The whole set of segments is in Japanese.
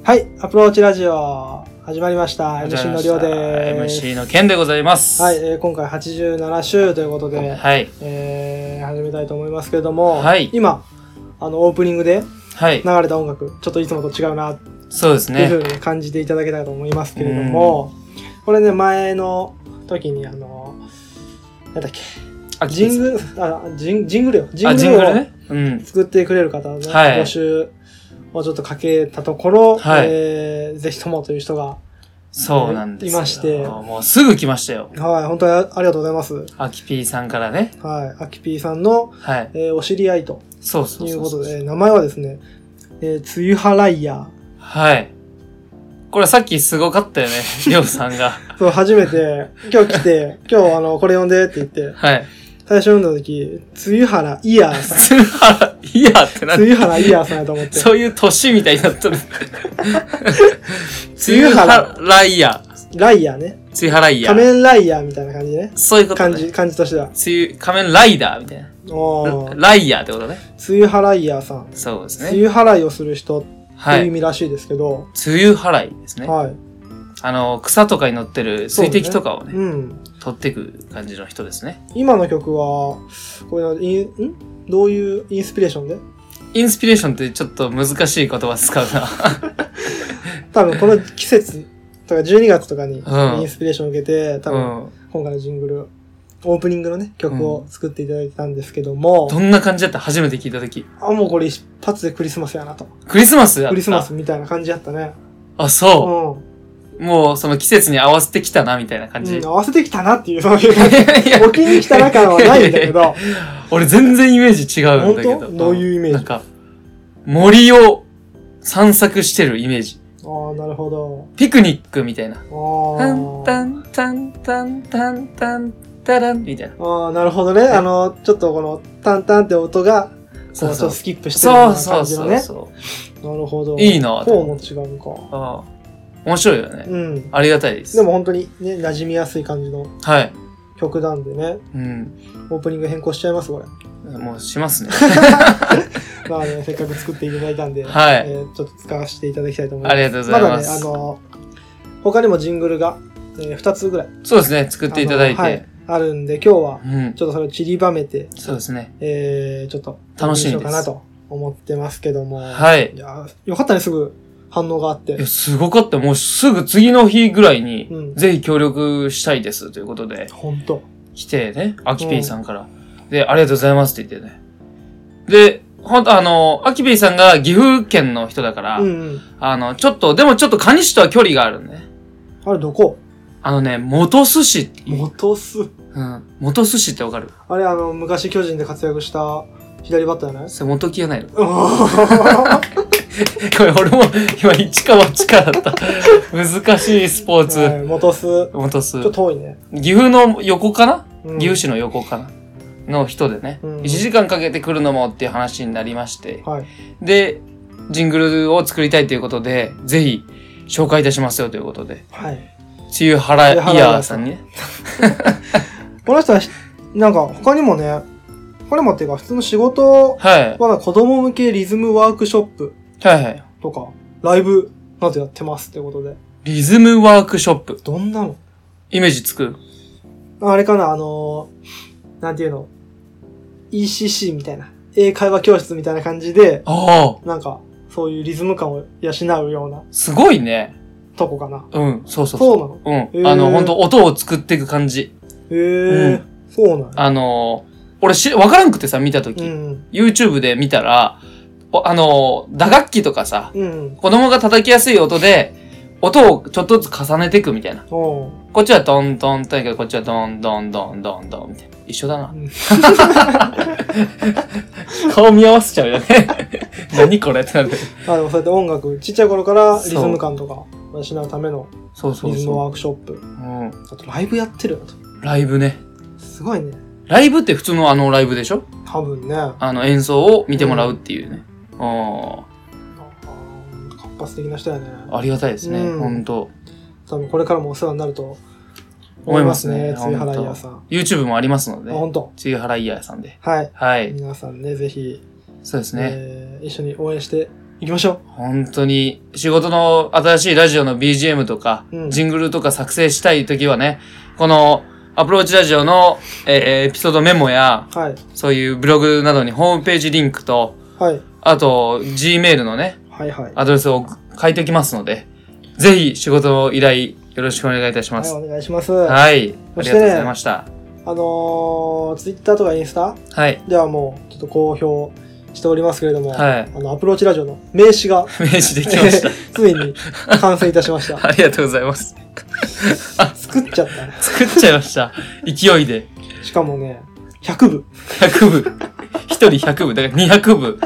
はい、アプローチラジオ始まりました。MC のりょうです。 MC のケンでございます。 はい、今回87週ということで、 はい、 始めたいと思いますけれども、 はい、 今オープニングで流れた音楽、ちょっといつもと違うなそうですね。 っていう風に感じていただけたらと思いますけれども、これね、前の時になんだっけ、ジングルを作ってくれる方の、ね、募集をちょっとかけたところ、ぜひともという人が、 そうなんですよ。 いまして。 もうすぐ来ましたよ。 はい、本当にありがとうございます。 アキピーさんからね。 はい、アキピーさんの、お知り合いということで、名前はですね、つゆはらいや。 はい。これさっきすごかったよね、りょうさんが。 そう、初めて、今日来て、今日これ読んでって言って、 はい。 最初読んだ時、つゆはらいやさん。 つゆはらいやってなって。 つゆはらいやさんやと思って。 そういう年みたいになってる。つゆはらいや。 ライヤーね。 つゆはらいや。 仮面ライヤーみたいな感じね。 そういうことね。 感じとしては。 仮面ライダーみたいな。ライヤーってことね。 つゆはらいやさん。 そうですね。 つゆ払いをする人っていう意味らしいですけど。 つゆ払いですね。 はい。 草とかに乗ってる水滴とかをね、取っていく感じの人ですね。 今の曲は、これどういうインスピレーションで？ インスピレーションってちょっと難しい言葉使うな。 多分この季節とか12月とかにインスピレーションを受けて、多分今回のジングル、オープニングのね、曲を作っていただいたんですけども。 どんな感じだった初めて聞いたとき。 もうこれ一発でクリスマスやなと。 クリスマスやった？ クリスマスみたいな感じやったね。 あ、そう。もうその季節に合わせてきたなみたいな感じ。 合わせてきたなっていう、そういう感じ。お気に来たな感はないんだけど。 俺全然イメージ違うんだけど。 本当？どういうイメージ？ なんか、森を散策してるイメージ。 なるほど。 ピクニックみたいな。タンタンタンタンタンタンタランみたいな。 なるほどね。ちょっとこのタンタンって音が、ちょっとスキップしてるような感じのね。そう。なるほど。 いいなぁ。 こうも違うのか。 面白いよね。ありがたいです。 でも本当にね、馴染みやすい感じの曲なんでね。オープニング変更しちゃいます、これ。 もうしますね。 まあね、せっかく作っていただいたんで、ちょっと使わせていただきたいと思います。 ありがとうございます。 まだね、他にもジングルが、2つぐらい。 そうですね、作っていただいて。 あるんで、今日は、ちょっとそれを散りばめて、 そうですね。 ちょっと、 楽しみようかなと思ってますけども。 はい。 いや、よかったね、すぐ。反応があって。 すごかった。もうすぐ次の日ぐらいに、ぜひ協力したいですということで。 本当。 来てね、アキピーさんから。で、ありがとうございますって言ってね。で、本当アキピーさんが岐阜県の人だから、ちょっと蟹市とは距離があるんね。 あれどこ？ 元寿司っていう。 元寿？ 元寿司ってわかる？ あれ昔巨人で活躍した左バッターじゃない？ それ元木やないの？これ俺も今一か八かだった。難しいスポーツ。 元須。ちょっと遠いね。 岐阜の横かな？岐阜市の横かなの人でね。1時間かけて来るのもっていう話になりまして。で、ジングルを作りたいということで、ぜひ紹介いたしますよということで。つゆはらいやさんにね。 この人は、なんか他にもっていうか普通の仕事は子供向けリズムワークショップ。とか、ライブなどやってますってことで。 リズムワークショップ。 どんなの？ イメージつく？ あれかな、なんていうの？ ECC みたいな。英会話教室みたいな感じで、なんか、そういうリズム感を養うような。 すごいね。 とこかな。 そうそうなの？本当音を作っていく感じ。 そうなの？俺わからんくてさ、見たとき。YouTube で見たら、打楽器とかさ、子供が叩きやすい音で、音をちょっとずつ重ねていくみたいな。こっちはトントンとやけど、こっちはドンドンドンドンドンみたいな。一緒だな。顔見合わせちゃうよね。何これってなる。 でもそうやって音楽、ちっちゃい頃からリズム感とか養うためのリズムワークショップ。あとライブやってるよと。 ライブね。 すごいね。 ライブって普通のライブでしょ？ 多分ね。 演奏を見てもらうっていうね。 活発的な人やね。 ありがたいですね。本当。 多分これからもお世話になると思いますね。つゆはらいやさん。 YouTube もありますので。 本当。 つゆはらいやさんで。 はい。皆さんね、ぜひ。 そうですね。 一緒に応援して行きましょう。 本当に、仕事の新しいラジオの BGM とか、ジングルとか作成したいときはね、このアプローチラジオの、エピソードメモや、はい、そういうブログなどにホームページリンクと、はい、あと、Gmail のね、はいはい、アドレスを書いておきますので、ぜひ仕事の依頼よろしくお願いいたします。 はい、お願いします。 はい。ありがとうございました。 Twitter とかインスタはい。 ではもう、ちょっと好評しておりますけれども、はい。アプローチラジオの名刺が、 名刺できました。 ついに完成いたしました。 ありがとうございます。 作っちゃった。 作っちゃいました。勢いで。 しかもね、100部。 100部。一人100部。だから200部。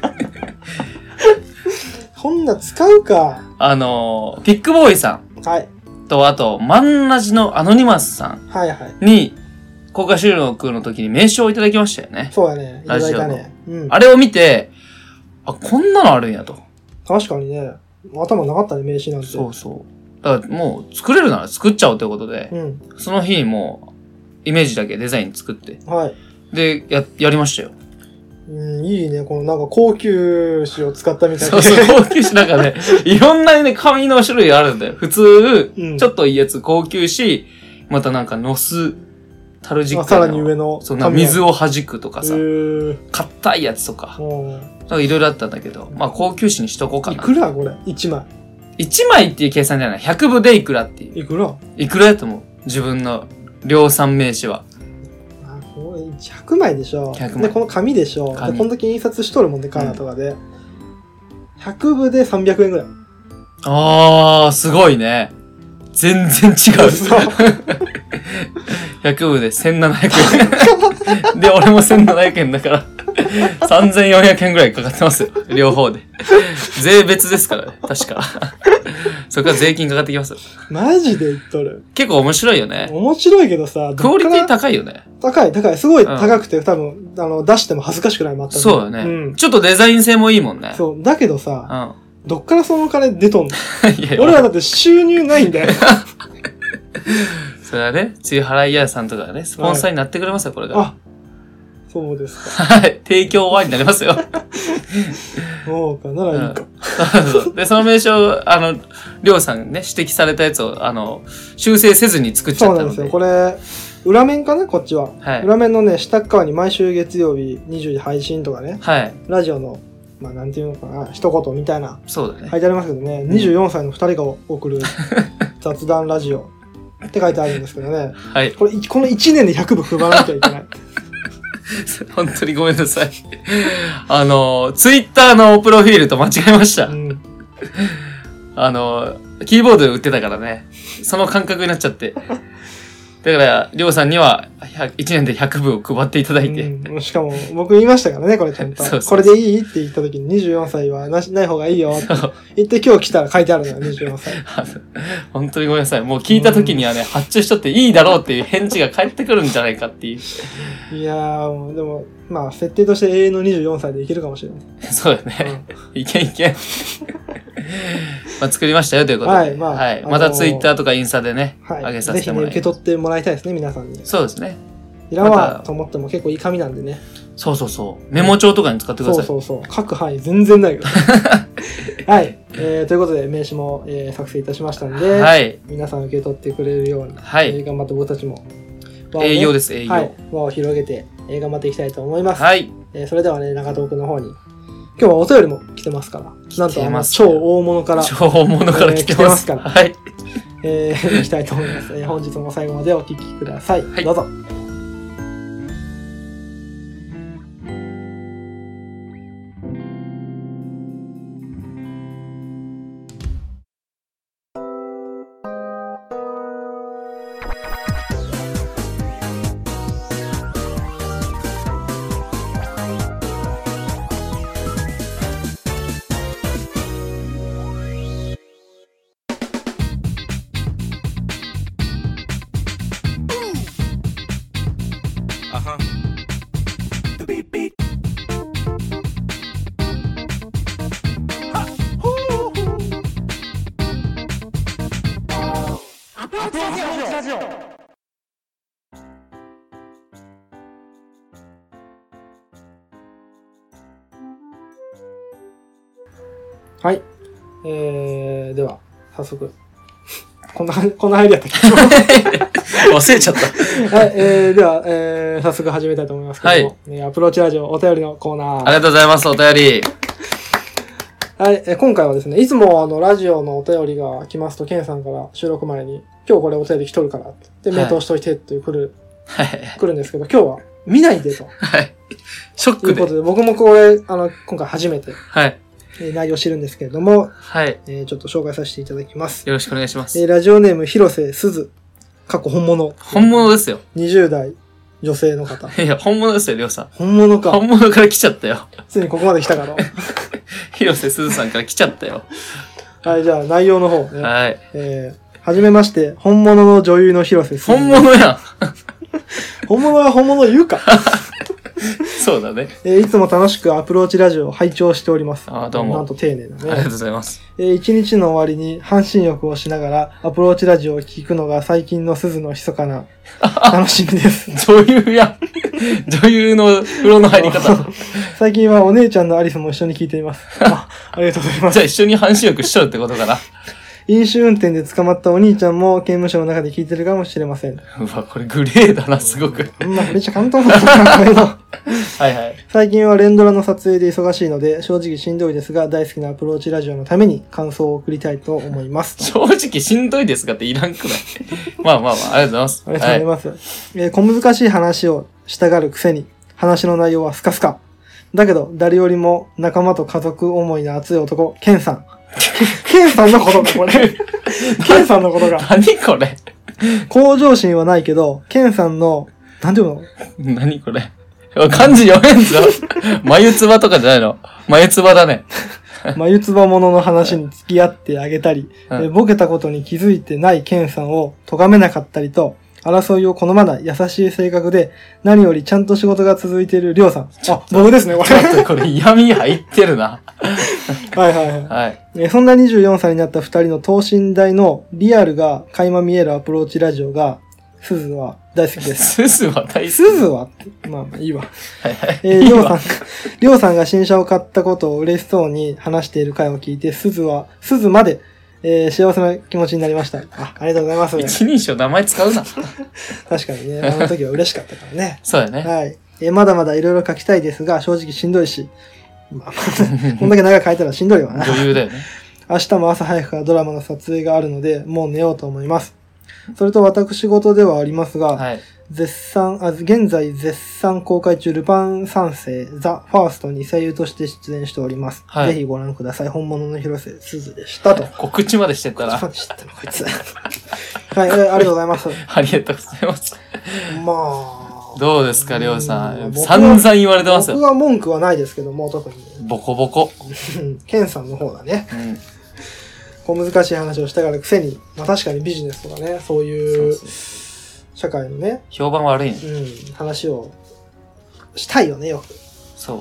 こんな使うか。 ピックボーイさん。はい。と、あと、マンラジのアノニマスさん。はいはい。に、公開収録の時に名刺をいただきましたよね。 そうやね。いただいたね。 うん。あれを見て、あ、こんなのあるんやと。 確かにね。頭なかったね、名刺なんて。 そうそう。だからもう、作れるなら作っちゃおうということで、うん。その日にもう、イメージだけデザイン作って。はい。で、やりましたよ。 うん、いいね。このなんか高級紙を使ったみたいな。 そうそう、高級紙なんかね、いろんなね、紙の種類あるんだよ。普通、うん、ちょっといいやつ、高級紙、またなんかノス、タルジックの。 さらに上の。 そんな水を弾くとかさ、硬いやつとか。なんかいろいろあったんだけど、まあ高級紙にしとこうかな。 いくらこれ ?1 枚。 1枚っていう計算じゃない。100部でいくらっていう。 いくらいくらやと思う自分の量産名刺は。 100枚でしょ。100枚。で、この紙でしょ。で、こんだけ印刷しとるもんね、カーナとかで。100部で300円ぐらい。 あー、すごいね。全然違う。100部で1700円。で、俺も1700円だから、3400円ぐらいかかってますよ。両方で。税別ですからね、確か。それから税金かかってきます。 マジで言っとる。 結構面白いよね。 面白いけどさ、 クオリティ高いよね。 高い。すごい高くて、多分、出しても恥ずかしくない、全く。 そうよね、うん。ちょっとデザイン性もいいもんね。 そう。だけどさ、どっからその金出とんの俺らだって収入ないんだよ。 それはね、梅雨払い屋さんとかね、スポンサーになってくれますよ、これが。 あ、そうですか。 はい。提供終わりになりますよ。 そうか、ならいいか。 で、その名称を、りょうさんね、指摘されたやつを、修正せずに作っちゃったので。 そうなんですよ。これ、裏面かなこっちは。はい。裏面のね、下側に毎週月曜日20時配信とかね。はい。ラジオの、まあ、なんていうのかな、一言みたいな。 そうだね。 書いてありますけどね、24歳の2人が送る雑談ラジオって書いてあるんですけどね。はい。この1年で100部配らなきゃいけない。 本当にごめんなさい。ツイッターのプロフィールと間違えました。うん、キーボードで売ってたからね。その感覚になっちゃって。だから、りょうさんには1年で100部を配っていただいて。 うん、しかも、僕言いましたからね、これちゃんと。そうこれでいいって言った時に24歳はない方がいいよって言って今日来たら書いてあるのよ、24歳。 本当にごめんなさい。もう聞いた時にはね、発注しとっていいだろうっていう返事が返ってくるんじゃないかっていう。 いやー、でも、まあ、設定として永遠の24歳でいけるかもしれない。 そうだね。いけん。まあ、作りましたよということで。はい。まあ、はい。またツイッターとかインスタでね、はい、上げさせてもらいます。 ぜひね、受け取ってもらいたいですね、皆さんに。 そうですね。 いらんわと思っても結構いい紙なんでね。 そう。メモ帳とかに使ってください。 そう。書く範囲全然ないけど。はい。ということで、名刺も、作成いたしましたんで、はい。皆さん受け取ってくれるように、はい。頑張って僕たちも、 営業です、営業。 はい。輪を広げて、頑張っていきたいと思います。はい。それではね、中東区の方に、今日はお便りも来てますから。なんと超大物から。 超大物から来てますから。はい。いきたいと思います。本日も最後までお聞きください。はい、どうぞ。 はい。では、早速。こんな入りやったっけ忘れちゃった。 はい。では、早速始めたいと思いますけども。はい。アプローチラジオお便りのコーナー。 ありがとうございます、お便り。 はい。今回はですね、いつもラジオのお便りが来ますと、ケンさんから収録前に、今日これお便り来とるからって、名答しといてって来るんですけど、今日は見ないでと。 はい。ショックで。 ということで、僕もこれ、今回初めて。 はい。 内容を知るんですけれども、 はい。 ちょっと紹介させていただきます。 よろしくお願いします。 ラジオネーム、広瀬すず。過去本物。 本物ですよ。 20代女性の方。 いや、本物ですよ、りょうさん。 本物か。 本物から来ちゃったよ。 ついにここまで来たから。 広瀬すずさんから来ちゃったよ。 はい、じゃあ内容の方ね。 はい。 はじめまして、本物の女優の広瀬すず。 本物やん。 本物は本物言うか。 そうだね。 いつも楽しくアプローチラジオを拝聴しております。 あ、どうも。 なんと丁寧なね。 ありがとうございます。 一日の終わりに半身浴をしながらアプローチラジオを聞くのが最近の鈴の密かな楽しみです。 女優やん。女優の風呂の入り方。 最近はお姉ちゃんのアリスも一緒に聞いています。ありがとうございます。 じゃあ一緒に半身浴しちゃうってことかな。 飲酒運転で捕まったお兄ちゃんも刑務所の中で聞いてるかもしれません。 うわ、これグレーだな、すごく。 めっちゃ簡単だったけど。 はいはい。 最近は連ドラの撮影で忙しいので、正直しんどいですが、大好きなアプローチラジオのために感想を送りたいと思います。 正直しんどいですがっていらんくないまあまあまあ、ありがとうございます。 ありがとうございます。はい、小難しい話をしたがるくせに、話の内容はスカスカ。だけど、誰よりも仲間と家族思いの熱い男、ケンさん。ケンさんのことがこれ。ケンさんのことが。 何これ。 向上心はないけど、ケンさんの、なんていうの？ 何これ。漢字読めんぞ。眉唾とかじゃないの。眉唾だね。 眉唾者の話に付き合ってあげたり、ボケたことに気づいてないケンさんを咎めなかったりと、争いを好まない優しい性格で、何よりちゃんと仕事が続いているりょうさん。あ、僕ですね、これ。 ちょっとこれ嫌味入ってるな。 はいはいはい。はい、そんな24歳になった2人の等身大のリアルが垣間見えるアプローチラジオが、すずは大好きです。 すずは大好き。 すずはまあいいわ。はいはい。りょうさんが新車を買ったことを嬉しそうに話している回を聞いて、すずまで、幸せな気持ちになりました。ありがとうございます。 一人称名前使うな。 確かにね、あの時は嬉しかったからね。 そうやね。 はい。まだまだいろいろ書きたいですが、正直しんどいし、まあ、こんだけ長く書いたらしんどいわな。 女優だよね。 明日も朝早くからドラマの撮影があるので、もう寝ようと思います。それと私事ではありますが、はい、現在絶賛公開中ルパン三世ザ・ファーストに声優として出演しております。はい、ぜひご覧ください。本物の広瀬すずでしたと。 告知までしてたら。 告知までしてたのこいつ。はい、ありがとうございます。 ありがとうございます。 まあ。 どうですか、りょうさん。散々言われてますよ。 僕は文句はないですけども、特に。 ボコボコ。 ケンさんの方だね。小難しい話をしたがるくせに、まあ確かにビジネスとかね、そういう社会のね、 評判悪いね。 話をしたいよね、よく。 そう。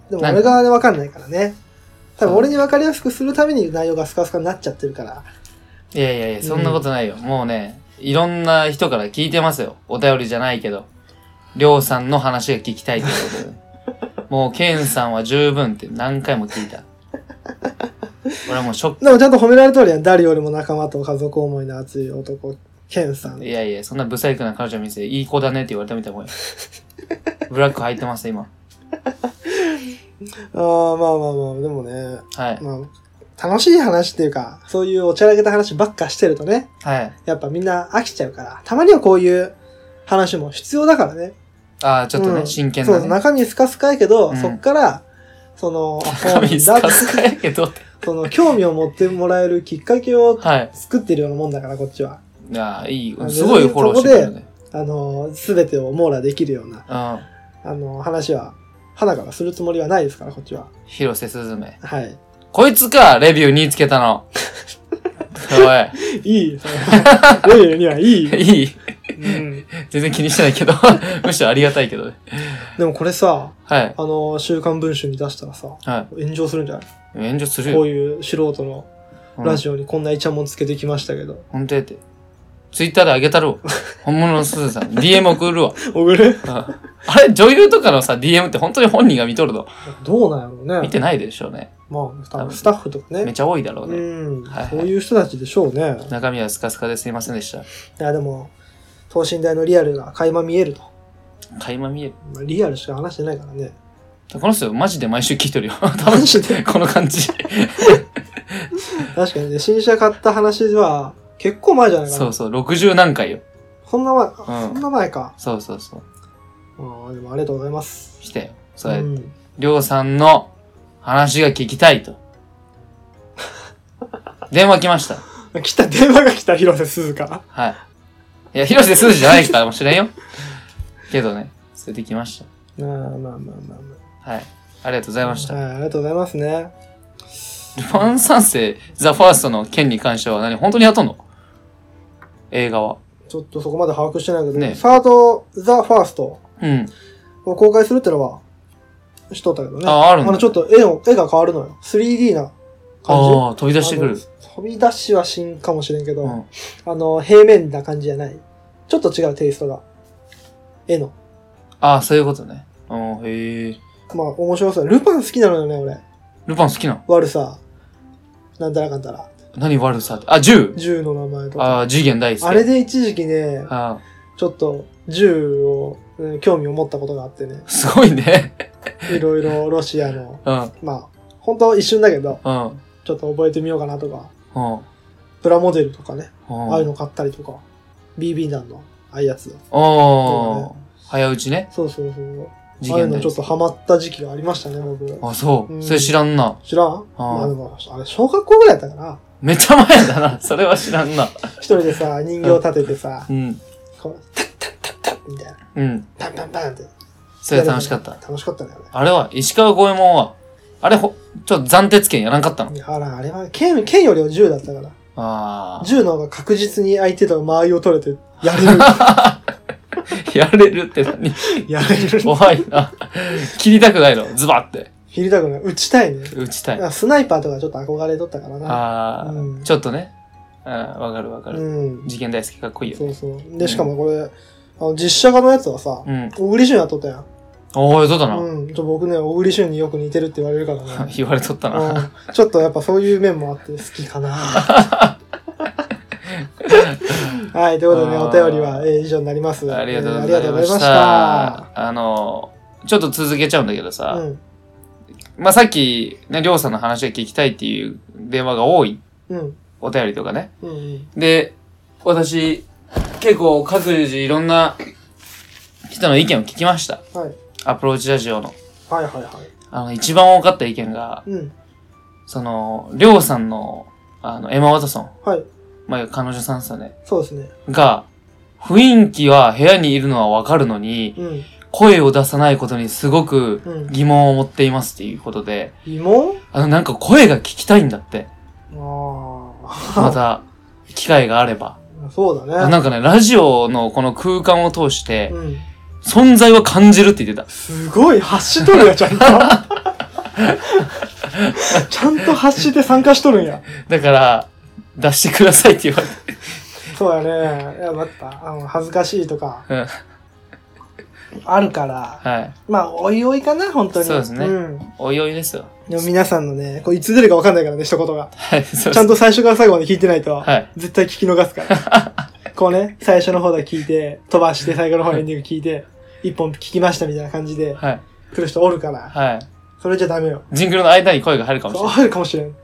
でも俺側で分かんないからね。多分俺に分かりやすくするために内容がスカスカになっちゃってるから。 いやいやいや、そんなことないよ。もうね、いろんな人から聞いてますよ。お便りじゃないけど。りょうさんの話が聞きたいということで。もう、ケンさんは十分って何回も聞いた。俺はもうショック。 でもちゃんと褒められとるやん。誰よりも仲間と家族思いの熱い男、ケンさん。 いやいや、そんなブサイクな彼女見せて、いい子だねって言われたみたいなもんよ。ブラック履いてます、今。 まあまあまあ、でもね。 はい。 まあ、楽しい話っていうか、そういうおちゃらけた話ばっかしてるとね。 はい。 やっぱみんな飽きちゃうから、たまにはこういう話も必要だからね。 ああ、ちょっとね、真剣な、ね。 そう、中身スカスカやけど、そっから、 中身スカスカやけどって。 興味を持ってもらえるきっかけを作ってるようなもんだから、こっちは。 いや、いい。すごいフォローしてくるね。 そこで、すべてを網羅できるような、話は、花からするつもりはないですから、こっちは。 広瀬すずめ。 はい。 こいつか、レビュー2つけたの。 おい。いい。レビューにはいい。 いい。全然気にしてないけど、むしろありがたいけどね。 でもこれさ、 はい。 週刊文春に出したらさ、 はい。 炎上するんじゃない？ 炎上するよ。 こういう素人のラジオにこんなイチャモンつけてきましたけど。 本当やって。 ツイッターであげたるわ。本物のすずさん。DM 送るわ。 送る？ あれ、女優とかのさ、DM って本当に本人が見とるの？ どうなんやろうね。 見てないでしょうね。 まあ、多分スタッフとかね。 めっちゃ多いだろうね。 はいはい、そういう人たちでしょうね。 中身はスカスカですいませんでした。いや、でも、等身大のリアルが垣間見えると。 垣間見える。 まあ、リアルしか話してないからね。 この人、マジで毎週聞いとるよ。 マジでこの感じ。 確かにね、新車買った話は、結構前じゃないかな。 そうそう、60何回よ。 そんな前、そんな前か。 そうそうそう。 でもありがとうございます。 来たよ。それ、りょうさんの話が聞きたいと。電話来ました。 電話が来た、広瀬すずか。 はい。いや、広瀬すずじゃないかもしれんよ。けどね、それで来ました。 まあ。 はい。ありがとうございました。 はい、ありがとうございますね。 ルパン三世、ザ・ファーストの件に関しては本当にやっとんの？映画は。 ちょっとそこまで把握してないけど、 ね、 サード・ザ・ファーストを公開するってのはしとったけどね。 あるんだ。 ちょっと絵が変わるのよ。3D な感じ。 ああ、飛び出してくる。 飛び出しは新かもしれんけど、平面な感じじゃない。ちょっと違うテイストが。絵の。 ああ、そういうことね。へえ。 まあ、面白そう。ルパン好きなのよね、俺。 ルパン好きなの？ 悪さ。なんたらかんたら。 何悪さって。あ、銃の名前とか。 あ、次元大好き。 あれで一時期ね、ちょっと銃を、興味を持ったことがあってね。 すごいね。 いろいろロシアの、まあ、本当一瞬だけど、ちょっと覚えてみようかなとか、プラモデルとかね、ああいうの買ったりとか、BB 弾の、ああいうやつ。 早打ちね。 そう。ああいうのちょっとハマった時期がありましたね、僕。 あ、そう。それ知らんな。 知らん？まあでも、あれ、小学校ぐらいだったかな。 めっちゃ前だな。それは知らんな。 一人でさ、人形立ててさ、こう、タッタッタッタッみたいな。パンパンパンって。 それ楽しかった。 楽しかったね、 あれは、石川五右衛門は、あれちょっと暫定剣やらんかったの？ あれは、剣よりは銃だったから。銃の方が確実に相手と間合いを取れて、やれる。 やれるって何？ やれる。 怖いな。切りたくないの？ズバって。 切りたくない。撃ちたいね。 撃ちたい。 スナイパーとかちょっと憧れとったからな。ちょっとね。わかる。事件大好きかっこいいよ。 そう。で、しかもこれ、実写化のやつはさ、小栗旬やっとったやん。 やっとったな。 僕ね、小栗旬によく似てるって言われるからね。 言われとったな。 ちょっとやっぱそういう面もあって好きかな。はい、ということでね、お便りは以上になります。 ありがとうございました。ちょっと続けちゃうんだけどさ、まあ、さっき、ね、りょうさんの話が聞きたいっていう電話が多い。お便りとかね。で、私、結構各自いろんな人の意見を聞きました。アプローチラジオの。一番多かった意見が、りょうさんの、エマ・ワトソン。まあ、彼女さんですよね。 そうですね。 が、雰囲気は部屋にいるのはわかるのに、声を出さないことにすごく疑問を持っていますっていうことで。 疑問？ なんか声が聞きたいんだって。また、機会があれば。 そうだね。 なんかね、ラジオのこの空間を通して、存在は感じるって言ってた。 すごい、発しとるや、ちゃんと。ちゃんと発して参加しとるんや。 だから、出してくださいって言われて。 そうやね。いや、待った。恥ずかしいとか。あるから。まあ、おいおいかな、本当に。 そうですね。おいおいですよ。 でも皆さんのね、これいつ出るか分かんないからね、一言が。ちゃんと最初から最後まで聞いてないと、絶対聞き逃すから。こうね、最初の方だけ聞いて、飛ばして最後の方エンディング聞いて、一本聞きましたみたいな感じで、来る人おるから。それじゃダメよ。 ジングルの間に声が入るかもしれない。 入るかもしれん。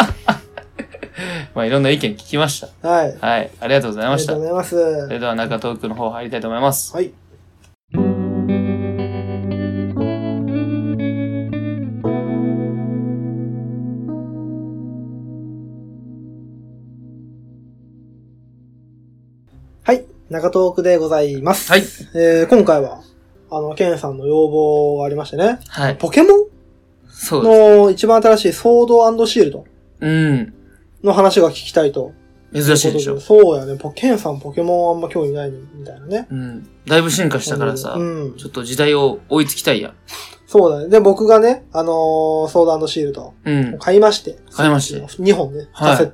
まあいろんな意見聞きました。はい。ありがとうございました。 ありがとうございます。 それでは中トークの方入りたいと思います。 はい。はい。中トークでございます。今回は、ケンさんの要望がありましてね。ポケモンの一番新しいソード&シールド。の話が聞きたいと。 珍しいでしょ。 そうやね。ケンさんポケモンあんま興味ないみたいなね。 だいぶ進化したからさ、ちょっと時代を追いつきたいや。 そうだね。で、僕がね、ソード&シールド。買いまして。 2本ね。 カセット。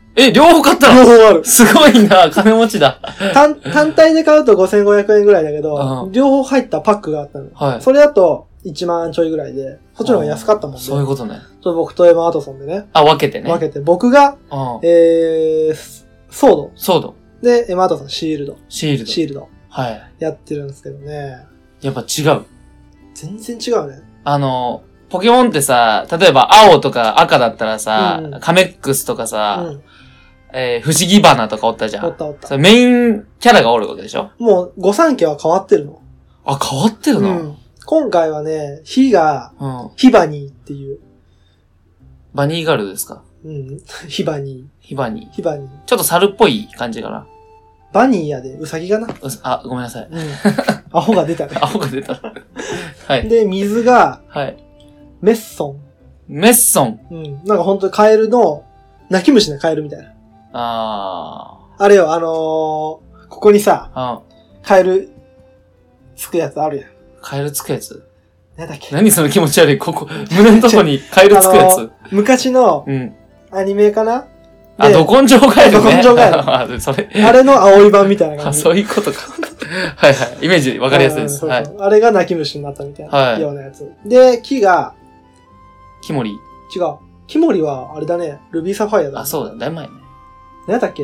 両方買ったの？ 両方ある。 すごいな、金持ちだ。 単体で買うと5500円ぐらいだけど、両方入ったパックがあったの。はい。それだと1万ちょいぐらいで、そっちの方が安かったもんね。 そういうことね。 僕とエマ・ワトソンでね。 分けてね。 分けて。僕が、ソード。で、エマ・ワトソン、シールド。はい。やってるんですけどね。 やっぱ違う。 全然違うね。 ポケモンってさ、例えば青とか赤だったらさ、カメックスとかさ、不思議花とかおったじゃん。 おった。 メインキャラがおるわけでしょ？ もう、御三家は変わってるの。 あ、変わってるの？ 今回はね、ヒバニーっていう。 バニーガールですか？ ヒバニー。 ちょっと猿っぽい感じかな。 バニーやで、ウサギがな。 ごめんなさい。 アホが出たね。 はい。 で、水が、はい。メッソン。なんか本当にカエルの、泣き虫のカエルみたいな。あれよ、ここにさ、カエル、つくやつあるやん。 カエルつくやつ？ なんだっけ？ 何その気持ち悪い、胸のとこにカエルつくやつ。 昔の、アニメかな？ ど根性カエルね。 ど根性カエル。 それ。 あれの青い版みたいな感じ。 そういうことか。はいはい。イメージわかりやすいです。はい。 あれが泣き虫になったみたいなようなやつ。で、木が、 キモリ。 違う。キモリは、あれだね。ルビーサファイアだ。 そうだ。だいぶ前ね。 何だっ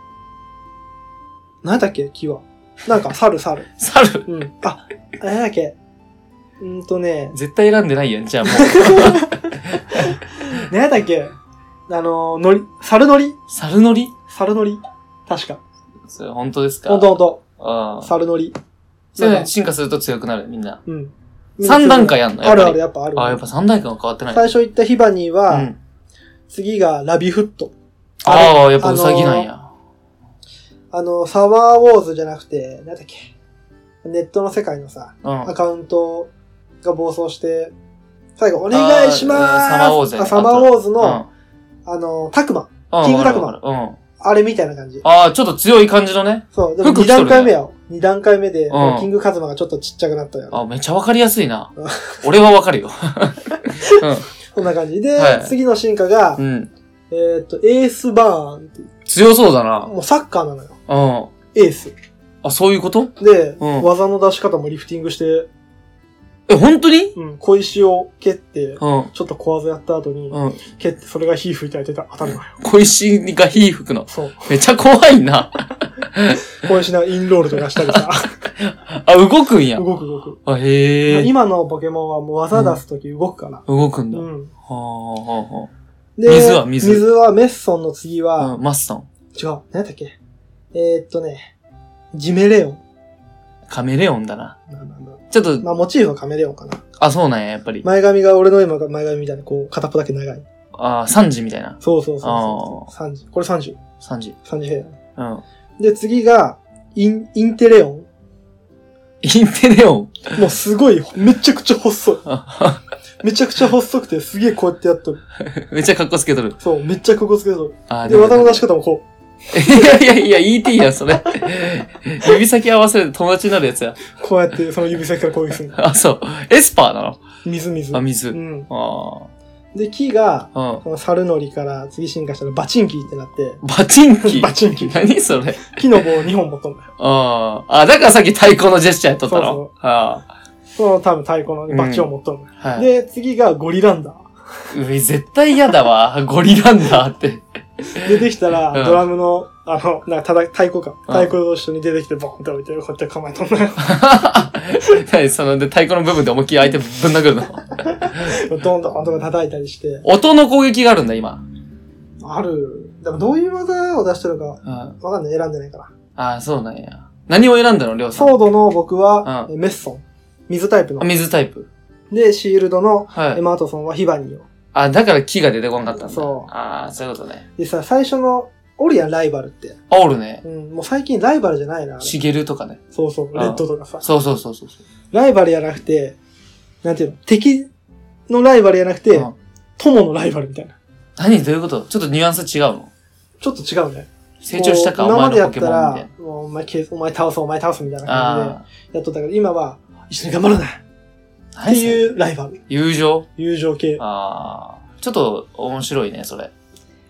け木は。なんか、猿。 猿。 何だっけ絶対選んでないやん、じゃあもう。 何だっけ猿のり確か。 それ本当ですか？ ほんと。猿のり。 それ進化すると強くなる、みんな。3段階あんの？ ある、やっぱある。 やっぱ3段階は変わってない。 最初言ったヒバニーは、次がラビフット。 やっぱウサギなんや。 サマーウォーズじゃなくて、なんだっけ。ネットの世界のさ、アカウントが暴走して、最後、お願いしまーす。サマーウォーズの、タクマ。キングタクマ。あれみたいな感じ。 ちょっと強い感じのね。 そう。でも2段階目よ。2段階目で、キングカズマがちょっとちっちゃくなったよ。 めっちゃわかりやすいな。俺はわかるよ。 こんな感じで、次の進化が、エースバーンって。 強そうだな。 もうサッカーなのよ。エース。 そういうこと？ で、技の出し方もリフティングして、 本当に？ 小石を蹴って、ちょっと小技やった後に、蹴って、それが火吹いたら当たるのよ。 小石が火吹くの？ そう。 めっちゃ怖いな。 小石のインロールとかしたりさ。 動くんや。 動く。 へえ。 今のポケモンはもう技出すとき動くから。 動くんだ。 で、水はメッソンの次は、 マッソン。 違う。何だっけ？ジメレオン。 カメレオンだな。ちょっと。 モチーフはカメレオンかな。 そうなんや、やっぱり。 前髪が、俺の今が前髪みたいな、片っぽだけ長い。 サンジみたいな。 そう。サンジ。これ30。 サンジヘア。で、次が、インテレオン。 インテレオン？ もうすごい、めちゃくちゃ細い。めちゃくちゃ細くて、すげえこうやってやっとる。 めっちゃカッコつけとる。 そう、めっちゃカッコつけとる。で、技の出し方もこう。 いや、ET や、それ。指先合わせると友達になるやつや。 こうやって、その指先から攻撃するの。 そう。エスパーなの？ 水。 水。 で、木が、この猿のりから次進化したらバチンキーってなって。 バチンキー？ バチンキー。 何それ？ 木の棒を2本持っとんだよ。 だからさっき太鼓のジェスチャーやっとったの？ その多分太鼓のバッチを持っとんだよ。で、次がゴリランダー。 絶対嫌だわ。ゴリランダーって。 出てきたら、ドラムの、なんか太鼓か。太鼓と一緒に出てきて、ボンって置いて、こうやって構えとんのよ。 で、太鼓の部分で思いっきり相手ぶん殴るの。どんどんとか叩いたりして。 音の攻撃があるんだ、今。 ある。でもどういう技を出してるか、わかんない。選んでないから。 そうなんや。何を選んだの、りょうさん。 ソードの僕は、メッソン。水タイプの。 水タイプ。 で、シールドのエマートソンはヒバニーを。 だから木が出てこなかったんだ。 そう。 そういうことね。 でさ、最初の、おるやん、ライバルって。 おるね。 もう最近ライバルじゃないな。 シゲルとかね。 そう、レッドとかさ。 そう。 ライバルやなくて、なんていうの、敵のライバルやなくて、友のライバルみたいな。 どういうこと？ちょっとニュアンス違うの？ ちょっと違うね。 成長したか、お前のポケモンみたいな。 もうお前倒すみたいな感じでやっとったけど、今は、一緒に頑張ろうなっていうライバル。 友情系。 ちょっと面白いね、それ。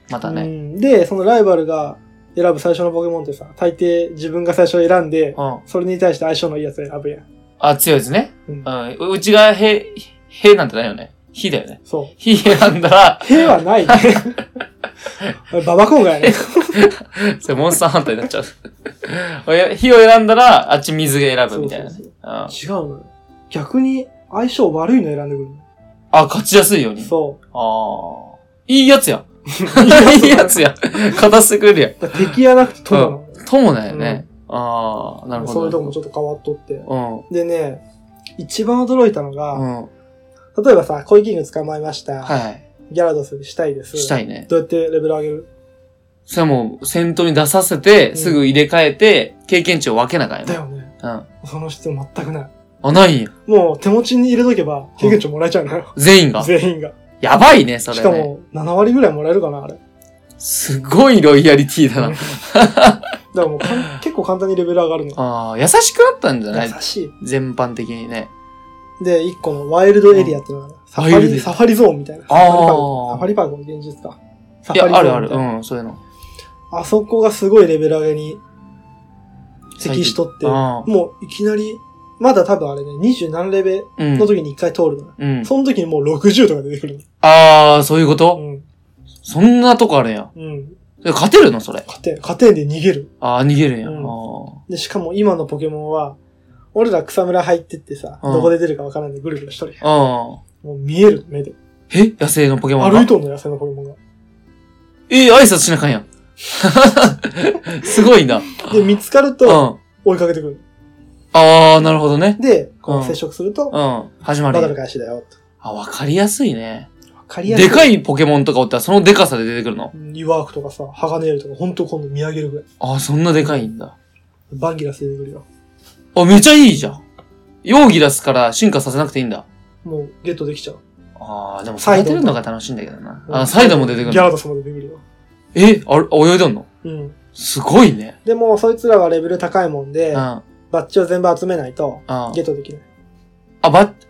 またね。 で、そのライバルが選ぶ最初のポケモンってさ、大抵自分が最初選んで、それに対して相性のいいやつ選ぶやん。 あ、強いですね。うちがへなんてないよね。ひだよね。 そう。 ひ選んだら。 へはないね。ババコンがやね。 それモンスターハンターになっちゃう。火を選んだら、あっち水が選ぶみたいなね。 違うのよ。逆に相性悪いの選んでくるの。 あ、勝ちやすいように。 そう。 ああ。いいやつや。いいやつや。勝たせてくれるやん。 敵やなくて友なの。 友だよね。ああ、なるほど。 そういうとこもちょっと変わっとって。でね、一番驚いたのが、例えばさ、コイキング捕まえました。はい。ギャラドスしたいです。 したいね。 どうやってレベル上げる？ それはもう、戦闘に出させて、すぐ入れ替えて、経験値を分けなきゃいけない。 だよね。その必要全くない。 あ、ないんや。 もう手持ちに入れとけば、経験値もらえちゃうのよ。 全員が。やばいね、それね。 しかも、7割ぐらいもらえるかな、あれ。 すごいロイヤリティだな。 だからもう結構簡単にレベル上がるの。 ああ、優しくなったんじゃない？ 優しい。 全般的にね。 で、1個のワイルドエリアっていうのがサファリゾーンみたいな。サファリパークの現実か。 サファリゾーン。いや、あるある。うん、そういうの。 あそこがすごいレベル上げに適しとって、もういきなり、まだ多分あれね、20何レベの時に1回通るの。その時にもう60とか出てくるの。 ああ、そういうこと？そんなとこあるんや。勝てるのそれ。 勝てんで逃げる。 ああ、逃げるんや。 で、しかも今のポケモンは、俺ら草むら入ってってさ、どこで出るかわからんでぐるぐるしとるやん。もう見える、目で。 野生のポケモンが歩いとんの、野生のポケモンが。 挨拶しなあかんやん。すごいな。 で、見つかると、追いかけてくる。 ああ、なるほどね。 で、こう接触すると、 始まる。 バトル開始だよ。 あ、わかりやすいね。でかいポケモンとかおったらそのでかさで出てくるの？ リワークとかさ、ハガネールとか、ほんと今度見上げるぐらい。 あ、そんなでかいんだ。 バンギラス出てくるよ。 あ、めちゃいいじゃん。ヨーギラスから進化させなくていいんだ。 もうゲットできちゃう。 ああ、でも咲いてるのが楽しいんだけどな。サイドも出てくる。 ギャラドスも出てくるよ。 泳いどんの？すごいね。 でも、そいつらがレベル高いもんで、バッジを全部集めないと、ゲットできない。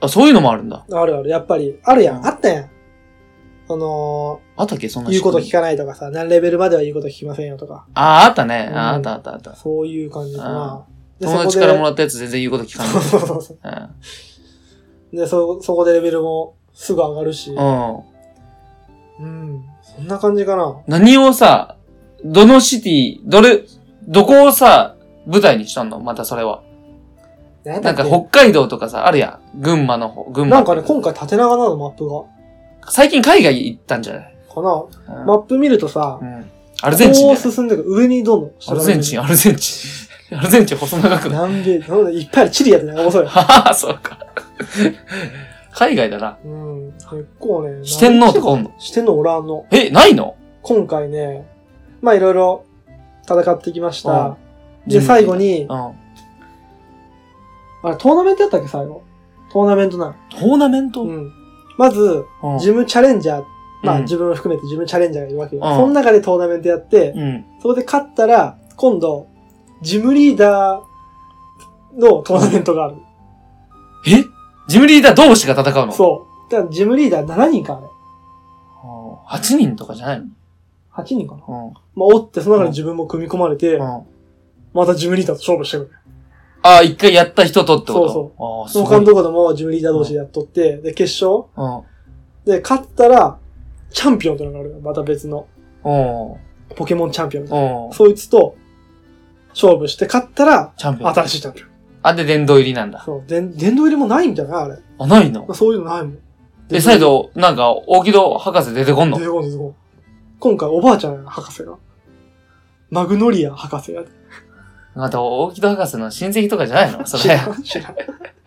そういうのもあるんだ。 あるある。やっぱり、あるやん。あったやん。 あったっけそんな言うこと聞かないとかさ、何レベルまでは言うこと聞きませんよとか。 あったね。あった。 そういう感じかな。 友達からもらったやつ全然言うこと聞かない。 で、そこでレベルもすぐ上がるし。そんな感じかな。 何をさ、どのシティ、どこをさ、舞台にしたのまたそれは。なんか北海道とかさ、あるやん。群馬の方。 なんかね、今回縦長なの、マップが。 最近海外行ったんじゃないかな、マップ見るとさ、 アルゼンチン。 こう進んでる。上にどんどん。 アルゼンチン細長くない。 南米、いっぱいある。チリやってね、面白い。 そうか。海外だな。 結構ね。 四天王とかおんの？ 四天王おらんの。 ないの？ 今回ね、まあいろいろ戦ってきました。で、最後に、あれ、トーナメントやったっけ、最後。トーナメントなの。 トーナメント？ まず、ジムチャレンジャー、まあ自分を含めてジムチャレンジャーがいるわけよ。その中でトーナメントやって、そこで勝ったら、今度、ジムリーダーのトーナメントがある。 ジムリーダー同士が戦うの？ そう。だからジムリーダー7人か、あれ。 8人とかじゃないの？ 8 人かな。まあ、おって、その中に自分も組み込まれて、またジムリーダーと勝負してくる。 一回やった人とってこと？ そう。他のとこでもジムリーダー同士でやっとって、で、決勝で、勝ったら、チャンピオンってのがあるよ。また別の。ポケモンチャンピオンみたいな。そいつと、勝負して勝ったら、新しいチャンピオン。 で、殿堂入りなんだ。 そう。殿堂入りもないんじゃないあれ。 ないの？ そういうのないもん。 再度、なんか、大木戸博士出てこんの？ 出てこん。今回おばあちゃんや博士が。マグノリア博士やで。 また、大木戸博士の親戚とかじゃないのそれ。 知らん。だ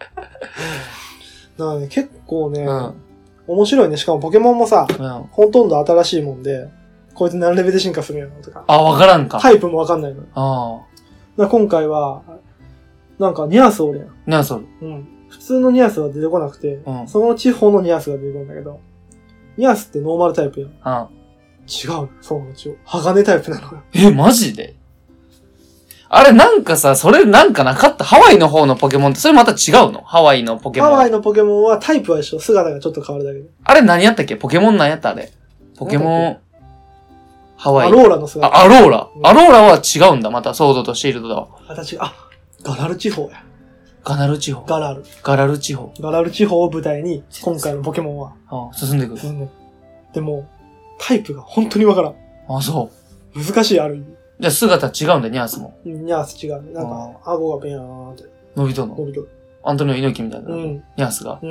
からね、結構ね、面白いね。しかもポケモンもさ、ほとんど新しいもんで、こいつ何レベルで進化するんやろとか。 わからんか。 タイプもわかんないの。だ今回は、なんかニャースおるやん。 ニャースおる。 普通のニャースは出てこなくて、その地方のニャースが出てくるんだけど、ニャースってノーマルタイプやん。違う。そう、鋼タイプなのよ。 マジで？あれなんかさ、それなんかなかった？ハワイの方のポケモンってそれまた違うの？ハワイのポケモン。 ハワイのポケモンはタイプは一緒。姿がちょっと変わるだけで。 あれ何やったっけ？ポケモン何やったあれ。ポケモン。 ハワイ。 アローラの姿。 アローラ。アローラは違うんだ、また、ソードとシールドだわ。 私が、ガラル地方や。 ガラル地方。 ガラル地方を舞台に、今回のポケモンは。 進んでいく。 でも、タイプが本当にわからん。 そう。 難しい、ある意味。 じゃあ姿違うんだ、ニャースも。 ニャース違う。なんか、顎がペヤーンって。 伸びとんの。アントニオ猪木みたいな。ニャースが。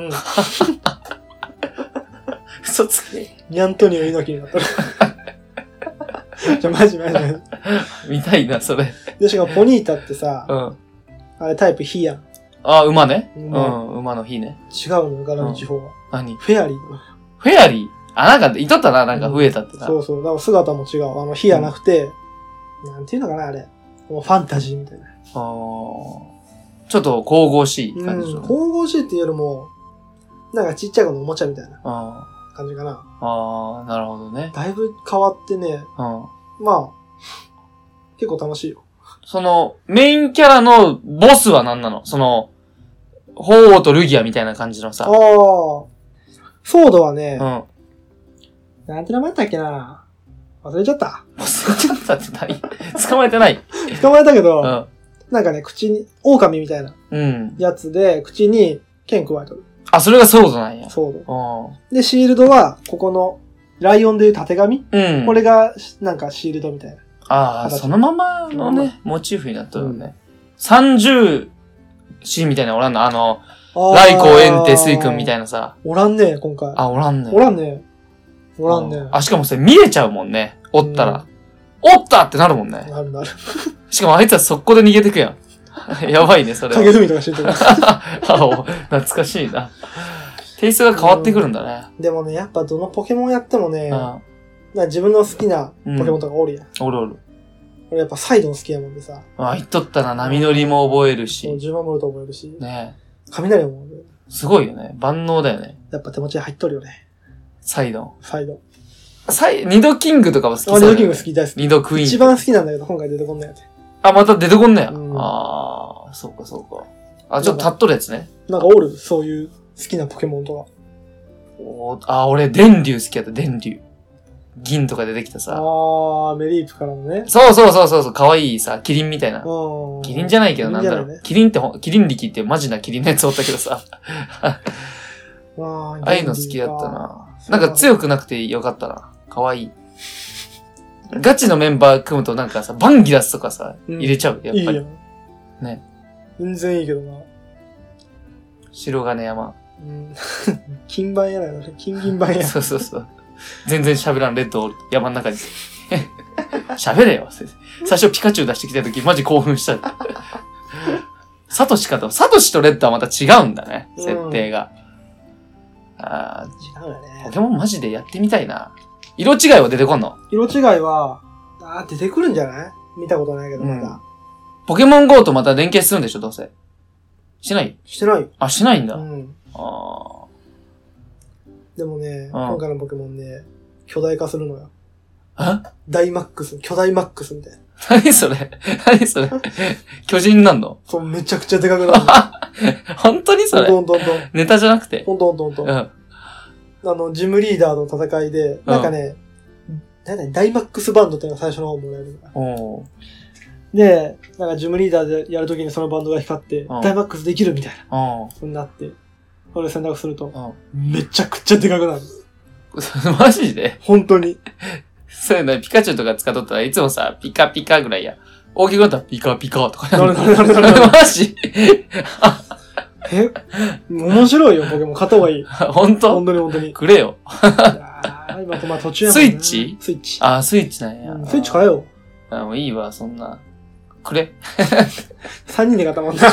嘘つけ。 ニャントニオ猪木になったら。じゃ、マジ。 見たいな、それ。 で、しかもポニータってさ、あれタイプ火やん。 馬ね。馬の火ね。 違うのよ、ガラル地方は。 何？ フェアリー。 フェアリー？なんか、いとったな、なんか増えたってな。 そう。だから姿も違う。火やなくて、なんていうのかな、あれ。もうファンタジーみたいな。 ちょっと神々しい感じ。 神々しいっていうよりも、なんかちっちゃい子のおもちゃみたいな感じかな。 なるほどね。 だいぶ変わってね、まあ、結構楽しいよ。 その、メインキャラのボスは何なの？その、鳳凰とルギアみたいな感じのさ。 ソードはね、なんて名前だったっけな？忘れちゃった。 忘れちゃったって何？捕まえてない。 捕まえたけど、なんかね、口に、狼みたいなやつで、口に剣加えとる。 それがソードなんや。 ソード。で、シールドは、ここの、ライオンでいう縦紙？これが、なんかシールドみたいな。 そのままのね、モチーフになっとるよね。30シーンみたいなのおらんの？ライコウエンテスイ君みたいなさ。 おらんね今回。 おらんね。 しかもそれ見れちゃうもんね。おったら。おったってなるもんね。 なる。 しかもあいつは速攻で逃げてくやん。やばいね、それは。 影踏みとかしてる懐かしいな。テイストが変わってくるんだね。 でもね、やっぱどのポケモンやってもね、自分の好きなポケモンとかおるやん。 おる。 俺やっぱサイドン好きやもんでさ。 言っとったな。波乗りも覚えるし。 10万ボルト覚えるし。 ね雷も。 すごいよね。万能だよね。 やっぱ手持ちに入っとるよね。 サイドン。 二度キングとかも好きそうだね。二度キング好き大好き。 二度クイーン。 一番好きなんだけど、今回出てこんないやつ。 また出てこんねや。そうか。ちょっと立っとるやつね。 なんかおるそういう好きなポケモンとか。俺、電流好きやった、電流。銀とか出てきたさ。 メリープからのね。 そう。かわいいさ、キリンみたいな。キリンじゃないけど、なんだろう。キリン力ってマジなキリンのやつおったけどさ。ああいうの好きだったな。なんか強くなくてよかったな。かわいい。ガチのメンバー組むとなんかさ、バンギラスとかさ、入れちゃう。やっぱり。いいよ。ね。 全然いいけどな。 白金山。 金番やないの金銀番や。 そう。全然喋らんレッド山の中に。喋れよ。最初ピカチュウ出してきた時マジ興奮した。サトシとレッドはまた違うんだね。設定が。 違うよね。 ポケモンマジでやってみたいな。色違いは出てこんの？ 色違いは、出てくるんじゃない？見たことないけどまだ。 ポケモン GO とまた連携するんでしょどうせ。してない？ してない。 しないんだ。 でもね、今回のポケモンね、巨大化するのよ。大マックス、巨大マックスみたいな。 何それ巨人なんの？ そう、めちゃくちゃでかくなる。 本当にそれ？ ほんと。 ネタじゃなくて？ ほんと。ジムリーダーの戦いで、なんかね、大マックスバンドっていうのが最初の方もらえるの。で、なんかジムリーダーでやるときにそのバンドが光って、大マックスできるみたいな。そうなって、それ選択すると、めちゃくちゃでかくなる。 マジで？ 本当に。 そういうのピカチュウとか使っとったらいつもさ、ピカピカぐらいや。大きくなったらピカピカとかなる。 マジ？ 面白いよ、ポケモン。買った方がいい。 本当に。くれよ。 今途中やもんね。 スイッチ？ スイッチなんや。 スイッチ買えよ。 もういいわ、そんな。くれ。 3人で買ったもんな。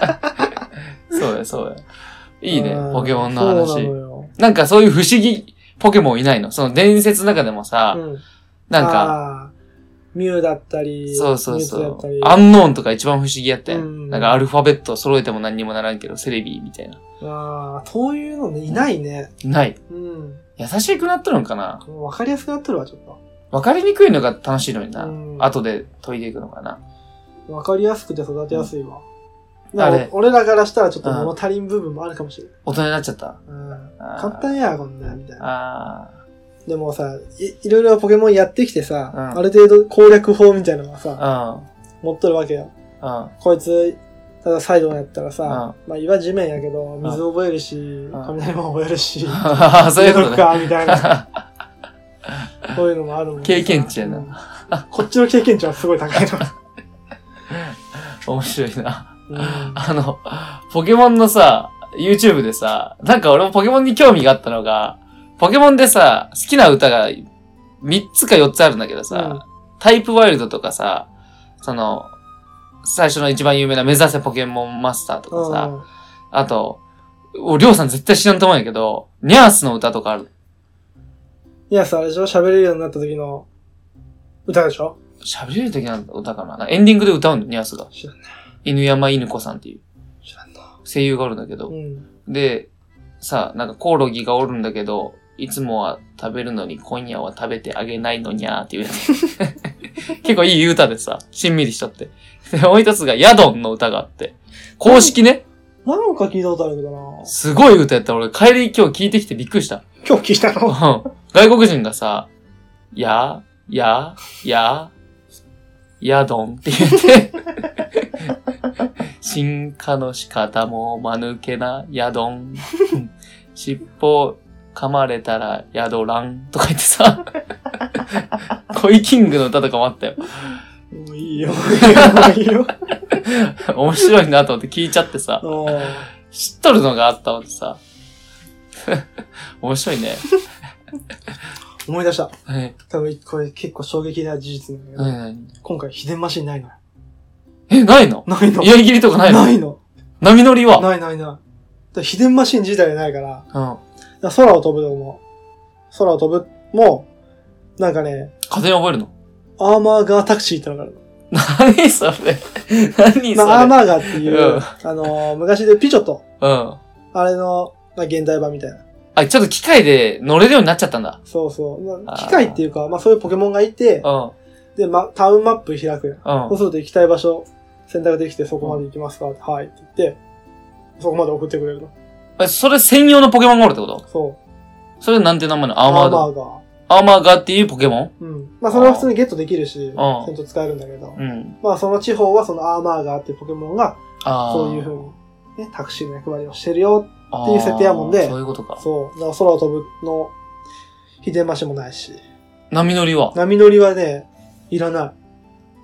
そうや。いいね、ポケモンの話。なんかそういう不思議ポケモンいないの？その伝説の中でもさ、なんか、 ミュウだったり、 そう。アンノーンとか一番不思議やったよ。なんかアルファベット揃えても何にもならんけど、セレビーみたいな。 そういうのね、いないね。 いない。優しくなっとるんかな？ わかりやすくなっとるわ、ちょっと。 わかりにくいのが楽しいのにな。後で研いでいくのかな。 わかりやすくて育てやすいわ。俺らからしたらちょっと物足りん部分もあるかもしれない。 大人になっちゃった。 簡単や、こんな、みたいな。 でもさ、いろいろポケモンやってきてさ、 うん、 ある程度攻略法みたいなのがさ、 うん、 持っとるわけよ。 うん、 こいつ、ただサイドやったらさ、 うん、 まあ岩地面やけど、水覚えるし、雷も覚えるし、 そういうことね。 か、みたいな。そういうのもあるもんね。 経験値やな、うん。 こっちの経験値はすごい高いの。 面白いな。うん、ポケモンのさ、YouTube でさ、なんか俺もポケモンに興味があったのが、ポケモンでさ、好きな歌が3つか4つあるんだけどさ、うん、タイプワイルドとかさ、最初の一番有名な目指せポケモンマスターとかさ、うん、あと、りょうさん絶対知らんと思うんやけど、ニャースの歌とかある。 ニャースあれでしょ？喋れるようになった時の歌でしょ？ 喋れる時の歌かな？エンディングで歌うんだよ、ニャースが。 知らんな。 犬山犬子さんっていう。 知らんな。 声優がおるんだけど。うん、で、さ、なんかコオロギがおるんだけど、いつもは食べるのに今夜は食べてあげないのにゃーっていうやつ。結構いい歌でさ、しんみりしちゃって。で、もう一つがヤドンの歌があって。公式ね。 なんか聞いたことあるけどな。 すごい歌やった。俺帰り今日聞いてきてびっくりした。 今日聞いたの？ うん。外国人がさ、ヤドンって言って、進化の仕方も間抜けなヤドン。尻尾噛まれたらヤドランとか言ってさ、恋キングの歌とかもあったよ。 もういいよ、いいよ。 面白いなと思って聞いちゃってさ、知っとるのがあったのってさ、面白いね。 思い出した。 はい。 多分これ結構衝撃な事実なんだけど、今回秘伝マシンないのよ。 ないの？ ないの。 居合切りとかないの？ ないの。 波乗りは？ ない。秘伝マシン自体ないから、空を飛ぶのも、空を飛ぶも、なんかね、 風に覚えるの？ アーマーガータクシーってのがあるの。 何それ？何それ？ まあ、アーマーガーっていう、昔でピチョと、あれの、現代版みたいな。 あ、ちょっと機械で乗れるようになっちゃったんだ。 そうそう。機械っていうか、まあそういうポケモンがいて、で、タウンマップ開くよ。そうすると行きたい場所選択できてそこまで行きますかって、はいって言って、そこまで送ってくれるの。 それ専用のポケモンがおるってこと？ そう。 それなんて名前の？アーマーガー。 アーマーガーっていうポケモン？うん。まあそれは普通にゲットできるし、戦闘使えるんだけど、まあその地方はそのアーマーガーっていうポケモンが、そういう風に、ね、タクシーの役割をしてるよっていう設定やもんで、 そういうことか。 そう。だから空を飛ぶの、秘伝マシンもないし。 波乗りは？ 波乗りはね、いらない。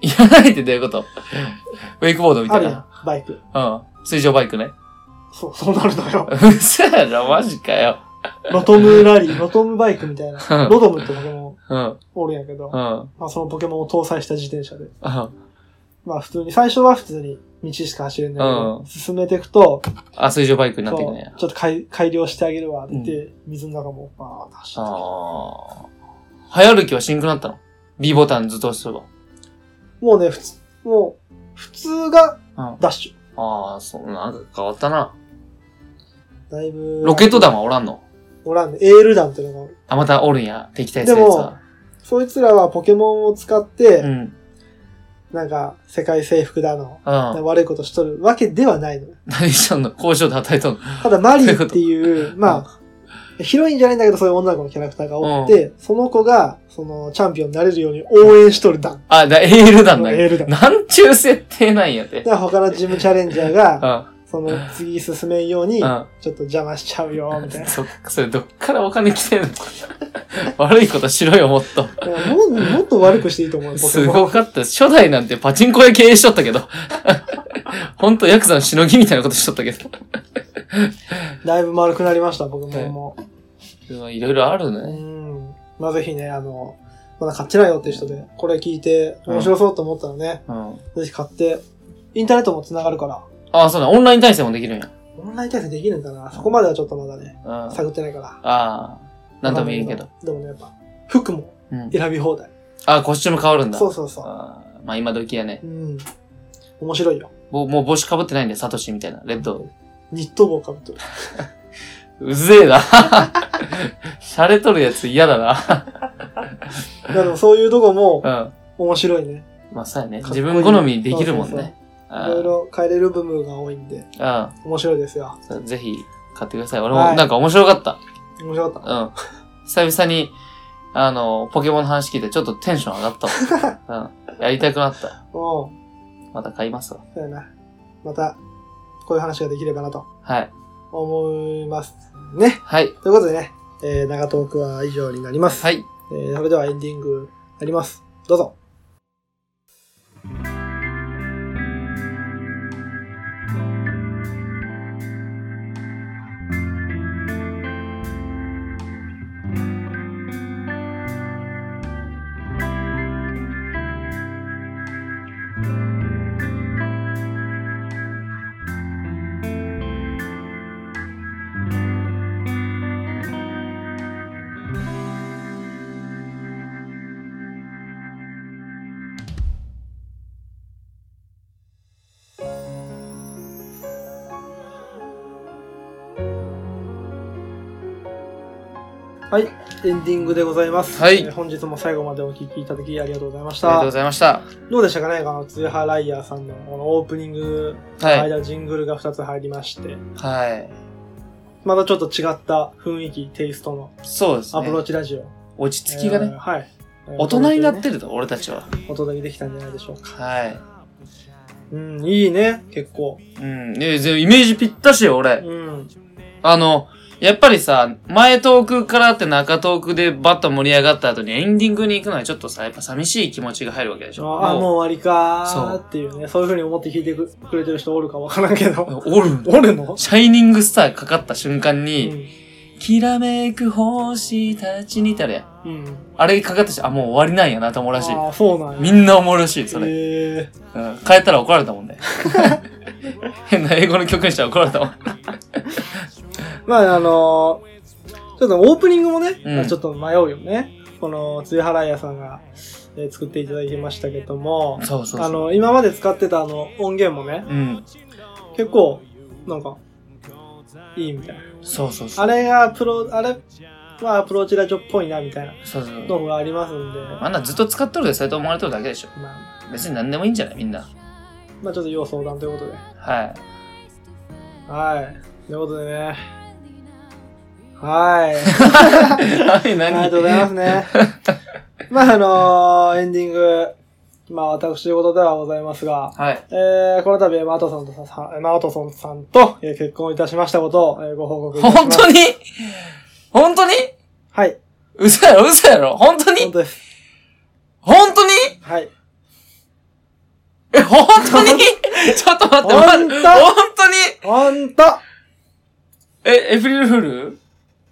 いらないってどういうこと？ウェイクボードみたいな。 あるやん、バイク。 水上バイクね。 そうなるのよ。 嘘やろ、マジかよ。 ロトムバイクみたいな。ロトムってポケモンおるんやけど、まあそのポケモンを搭載した自転車で。まあ普通に、最初は普通に道しか走れないけど、進めていくと、 水上バイクになっていくね。 ちょっと改良してあげるわって言って、水の中もバーッと走って。 早歩きはしんくなったの？ B ボタンずっと押すとか。 もうね、普通がダッシュ。そう、なんか変わったな。 だいぶ。 ロケット弾はおらんの？ おらんね。エール弾ってのがおる。 またおるんや。敵対するやつは。 でも、そいつらはポケモンを使って、なんか、世界征服だの、悪いことしとるわけではないの。 何しとんの？交渉で与えとんの？ ただマリーっていう、まあ、ヒロインじゃないんだけど、そういう女の子のキャラクターがおって、その子が、チャンピオンになれるように応援しとる弾。 エール弾だエール弾。 なんちゅう設定なんやって。 だから他のジムチャレンジャーが、次進めんように、ちょっと邪魔しちゃうよ、みたいな。 それどっからお金来てんの？悪いことしろよ、もっと。 もっと悪くしていいと思う。 すごかった。初代なんてパチンコ屋経営しとったけど。ほんとヤクザのしのぎみたいなことしとったけど。 だいぶ丸くなりました、僕も。 いろいろあるね。 まあぜひね、まだ買ってないよっていう人で、これ聞いて面白そうと思ったらね、ぜひ買って、インターネットも繋がるから。 そうだ、オンライン対戦もできるんや。 オンライン対戦できるんかな？そこまではちょっとまだね、探ってないから。 なんとも言えんけど。 でもね、やっぱ、服も選び放題。 コスチューム変わるんだ。 そう。 まあ今時やね。 面白いよ。 もう帽子被ってないんだよ、サトシみたいな。レッド。 ニット帽被ってる。 うぜえな。洒落とるやつ嫌だな。 でもそういうとこも、面白いね。 まあそうやね。自分好みできるもんね。 いろいろ変えれる部分が多いんで、面白いですよ。 ぜひ買ってください。俺もなんか面白かった。 面白かった。 久々にポケモンの話聞いてちょっとテンション上がったわ。うん。やりたくなった。また買いますわ。 そうやな。また、こういう話ができればなと。 はい。 思いますね。 はい。 ということでね、長トークは以上になります。 はい。 それではエンディングになります。どうぞ。はい、エンディングでございます。 はい。 本日も最後までお聞きいただきありがとうございました。 ありがとうございました。 どうでしたかね、ツヤハライヤーさんのこのオープニングの間、ジングルが2つ入りまして。はい。またちょっと違った雰囲気、テイストの。 そうですね。 アプローチラジオ。 落ち着きがね。はい。大人になってると、俺たちは。 お届けできたんじゃないでしょうか。 はい。 うん、いいね、結構。 うん、イメージぴったしよ、俺。うん。やっぱりさ、前トークからって中トークでバッと盛り上がった後にエンディングに行くのはちょっとさ、やっぱ寂しい気持ちが入るわけでしょ。 もう終わりかーっていうね。そういう風に思って聞いてくれてる人おるかわからんけど。おるのシャイニングスターかかった瞬間に、きらめく星たちにってあれや。うん。あれかかったし、もう終わりなんやなと思うらしい。 ああ、そうなんや。 みんな思うらしい、それ。うん。変えたら怒られたもんね。変な英語の曲にしたら怒られたもん。 まあちょっとオープニングもね、ちょっと迷うよね。この、つゆはらいやさんが、作っていただきましたけども、そう今まで使ってた音源もね、結構、なんか、いいみたいな。 そう。 あれはアプローチラジオっぽいな、みたいな。のがありますんで。 あんなずっと使っとるで、それと思われとるだけでしょ。別に何でもいいんじゃないみんな。 まあちょっと要相談ということで。 はい。 はい。ということでね。はい。 ありがとうございますね。まあエンディング、まあ私事ではございますが、はい。この度エマ・ワトソンさんと結婚いたしましたことをご報告いたします。 本当にはい。 嘘やろ本当に本当です。 本当にはい。 本当にちょっと待って、本当エイプリルフール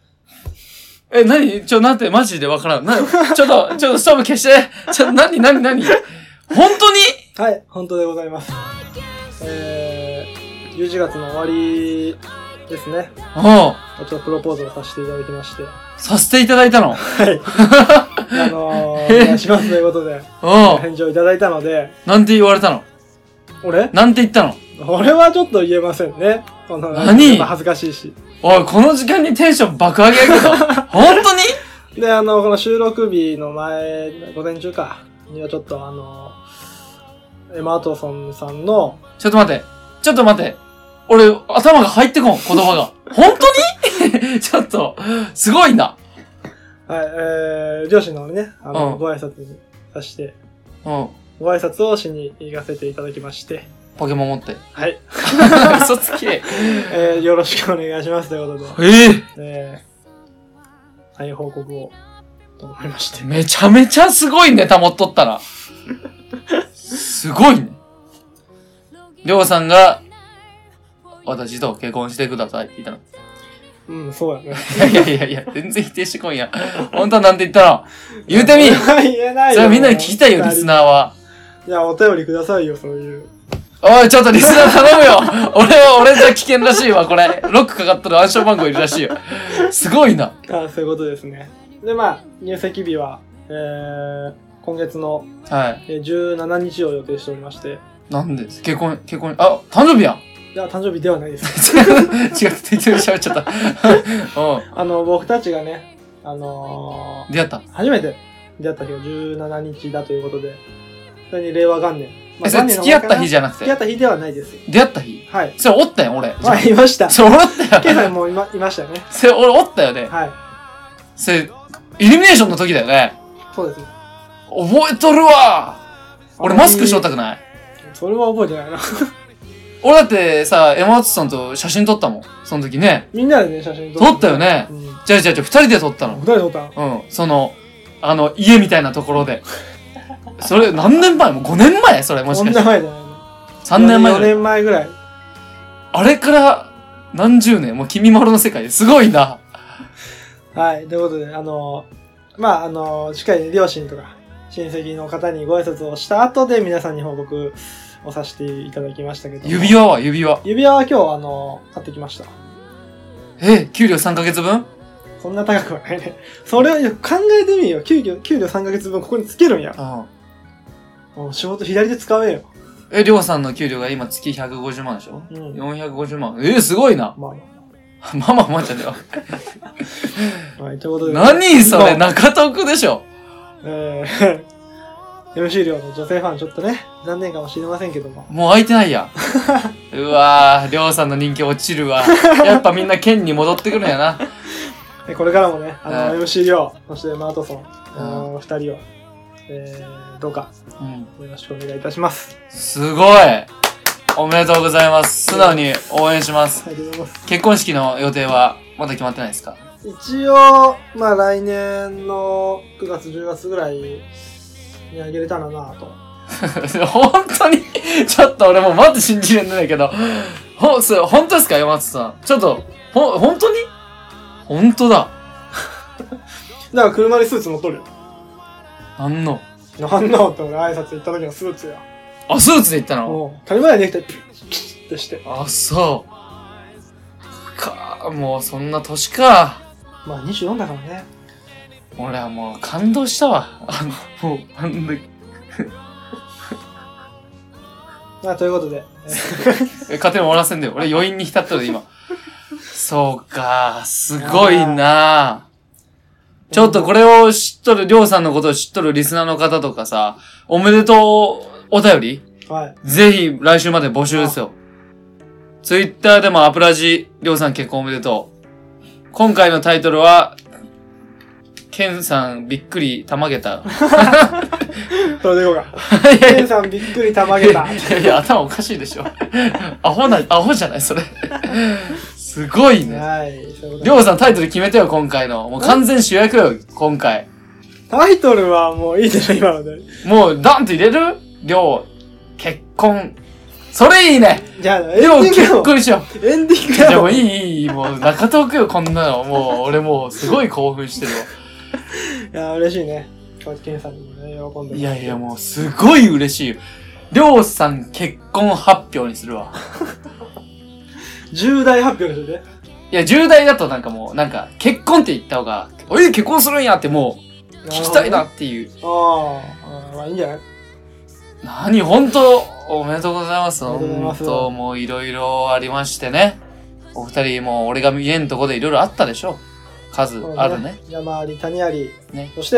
何待って、マジでわからん。ちょっと、ストーブ消して。何本当にはい、本当でございます。11月の終わりですね。ちょっとプロポーズをさせていただきまして。 させていただいたの？ はい。お願いしますということで、返事をいただいたので。 なんて言われたの？ 俺？ なんて言ったの？ 俺はちょっと言えませんね。 何？ 恥ずかしいし。 おい、この時間にテンション爆上げやけど。本当に？ で、この収録日の前、午前中か、にはちょっとエマ・ワトソンさんの、 ちょっと待って。俺、頭が入ってこん、言葉が。本当に？ちょっと、すごいな。 はい、上司のね、ご挨拶にさして、ご挨拶をしに行かせていただきまして、 ポケモン持って。 はい。 嘘つき。 よろしくお願いしますということで。はい、報告を、と思いまして。 めちゃめちゃすごいネタ持っとったら。すごいね。りょうさんが、私と結婚してくださいって言ったの。 うん、そうやね。 いや、全然否定してこんや。本当はなんて言ったの？言うてみ。 言えないよ。 それはみんなに聞きたいよ、リスナーは。 いや、お便りくださいよ、そういう。 おい、ちょっとリスナー頼むよ。俺じゃ危険らしいわ、これ。ロックかかっとる暗証番号いるらしいよ。すごいな。 そういうことですね。で、まあ、入籍日は、今月の、17日を予定しておりまして。 なんで結婚、誕生日やん。 いや、誕生日ではないです。 違って適当に喋っちゃった。 僕たちがね、 出会った初めて出会った日が17日だということで、それに令和元年。 それ付き合った日じゃなくて。 付き合った日ではないです。 出会った日？ はい。 それおったよ、俺。 いました。 それおったよ。 ケイさんもいましたよね。 それ俺おったよね。 はい。 それ、 イルミネーションの時だよね。 そうですね。 覚えとるわ。俺マスクしとったくない？ それは覚えてないな。 俺だってさ、山本さんと写真撮ったもん。その時ね。 みんなでね、写真撮ったよね。じゃあ、二人で撮ったの。 二人で撮ったの？うん。その、家みたいなところで。それ、何年前？もう5年前？それ、もしかして。 そんな前じゃないね。 3年前ぐらい。 4年前ぐらい。 あれから、何十年もう君まろの世界。すごいな。 はい。ということで、しっかりね、両親とか、親戚の方にご挨拶をした後で皆さんに報告をさせていただきましたけど。 指輪は指輪は今日、買ってきました。 給料3ヶ月分？ そんな高くはないね。それを考えてみよ。給料3ヶ月分ここにつけるんや。もう仕事左で使えよ。 りょうさんの給料が今月150万でしょ？うん。450万。すごいな。まあじゃねえわ。 はい、ということで。 何それ、中徳でしょ。 MC 寮の女性ファンちょっとね、残念かもしれませんけども。 もう空いてないや。うわぁ、りょうさんの人気落ちるわ。やっぱみんな県に戻ってくるんやな。 これからもね、MC 寮、そしてマートソン、二人を、どうか、よろしくお願いいたします。 すごい！おめでとうございます。素直に応援します。 ありがとうございます。 結婚式の予定はまだ決まってないですか？ 一応、来年の9月、10月ぐらいにあげれたらなぁと。 本当にちょっと俺もう待って信じれないけど。本当ですか山松さん。ちょっと、本当に本当だ。 だから車にスーツ乗っとるよ。 なんのって俺挨拶行った時のスーツや。 あ、スーツで行ったの？ 当たり前やね、ピッってして。 あ、そう。もうそんな年か。 24だからね。 俺はもう感動したわ。もう、 ということで。 勝手に終わらせんだよ。俺余韻に浸ってる今。そうか、すごいな。ちょっとこれを知っとる、りょうさんのことを知っとるリスナーの方とかさ、おめでとうお便り、 はい、 ぜひ来週まで募集ですよ。ツイッターでもアプラジ、りょうさん結婚おめでとう。今回のタイトルは、ケンさんびっくりたまげた。 それでいこうか。ケンさんびっくりたまげた。 いや、頭おかしいでしょ。アホじゃないそれ。すごいね。はい。りょうさんタイトル決めてよ、今回の。もう完全主役よ、今回。 タイトルはもういいでしょ、今ので。 もう、ダンと入れる？りょう、結婚。それいいね。 じゃあ、 りょう結婚しよう。 エンディングじゃあもういい。もう中トークよ、こんなの。もう、俺もうすごい興奮してるわ。 いや、嬉しいね。ケンさんにもね、喜んで。 いやいや、もうすごい嬉しいよ。りょうさん結婚発表にするわ。 重大発表にするね。 いや、重大だとなんかもう、結婚って言った方が、結婚するんやってもう、聞きたいなっていう。 いいんじゃない？ 本当おめでとうございます。 ありがとうございます。 本当もういろいろありましてね。お二人も俺が見えんとこでいろいろあったでしょ。数あるね。 山あり谷あり。 ね。 そして、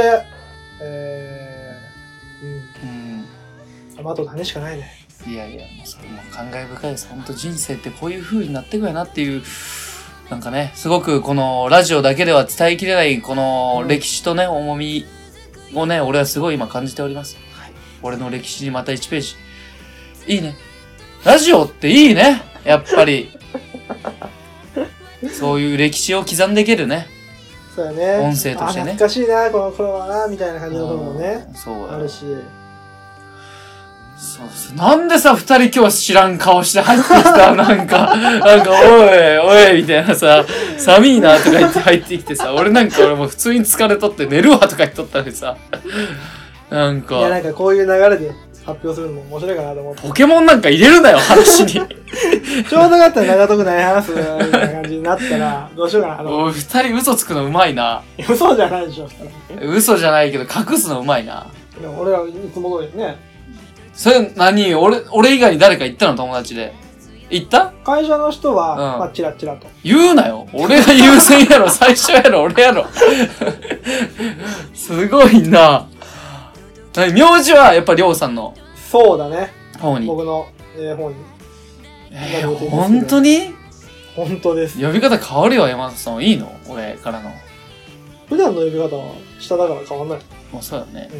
あと種しかないね。 いやいや、もうそれも感慨深いです。本当人生ってこういう風になってくやなっていう、なんかね、すごくこのラジオだけでは伝えきれないこの歴史とね、重みをね、俺はすごい今感じております。はい、俺の歴史にまた1ページ。いいね。ラジオっていいね。やっぱり。そういう歴史を刻んでいけるね。 そうやね。 音声としてね。 懐かしいな、この頃はな、みたいな感じのこともね。 そうあるし。 そうそう。なんでさ、二人今日知らん顔して入ってきたなんか、おい、みたいなさ、寒いなとか言って入ってきてさ、俺もう普通に疲れとって寝るわとか言っとったのにさ、 いや、こういう流れで発表するのも面白いかなと思って。 ポケモンなんか入れるなよ、話に。 ちょうどだったら長くない話すみたいな感じになったら、どうしようかな。 おい、二人嘘つくのうまいな。 嘘じゃないでしょ。 嘘じゃないけど隠すのうまいな。 でも俺らいつも通りね。 それ俺以外に誰か言ったの友達で。言った？ 会社の人は、チラチラと。 言うなよ。俺が優先やろ。最初やろ。俺やろ。すごいな。名字はやっぱりょうさんの。 そうだね。 方に。 僕の、方に。 本当に？ 本当です。 呼び方変わるよ、山里さん。いいの？俺からの。 普段の呼び方は下だから変わんない。 もうそうだね。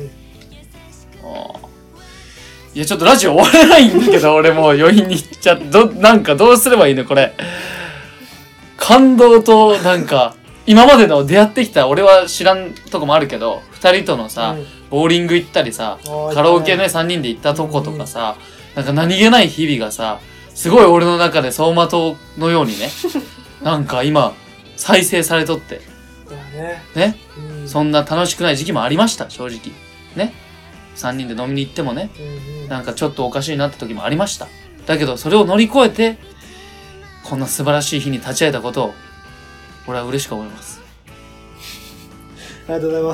いや、ちょっとラジオ終われないんだけど、俺もう余韻にいっちゃって、なんかどうすればいいのこれ。感動と、なんか、今までの出会ってきた、俺は知らんとこもあるけど、二人とのさ、ボーリング行ったりさ、カラオケね、3人で行ったとことかさ、なんか何気ない日々がさ、すごい俺の中で走馬灯のようにね、なんか今、再生されとって。ね、そんな楽しくない時期もありました、正直。ね。3人で飲みに行ってもね、なんかちょっとおかしいなった時もありました。だけど、それを乗り越えて、こんな素晴らしい日に立ち会えたことを、俺は嬉しく思います。 ありがとうございます。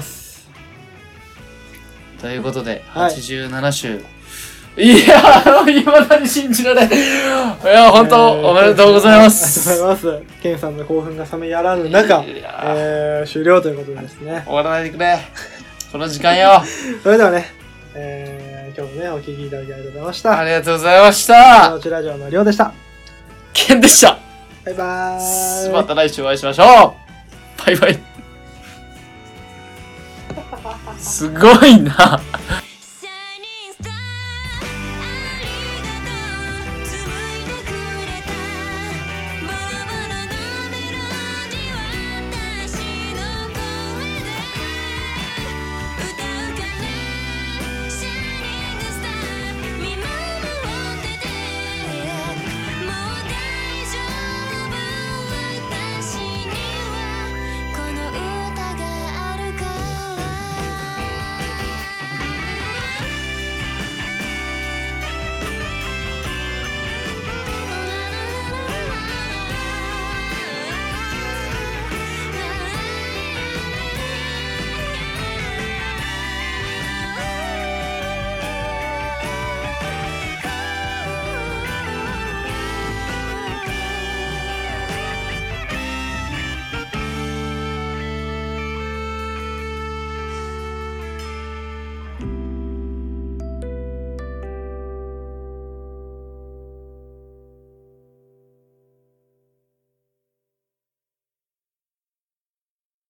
ということで、87週。いやー、未だに信じられん。いや、本当、おめでとうございます。 ありがとうございます。ケンさんの興奮が冷めやらぬ中、終了ということでですね。 終わらないでくれ。この時間よ。 それではね、今日もね、お聞きいただきありがとうございました。 ありがとうございました。 こちらラジオのりょうでした。 ケンでした。 バイバーイ。 また来週お会いしましょう。バイバイ。すごいな。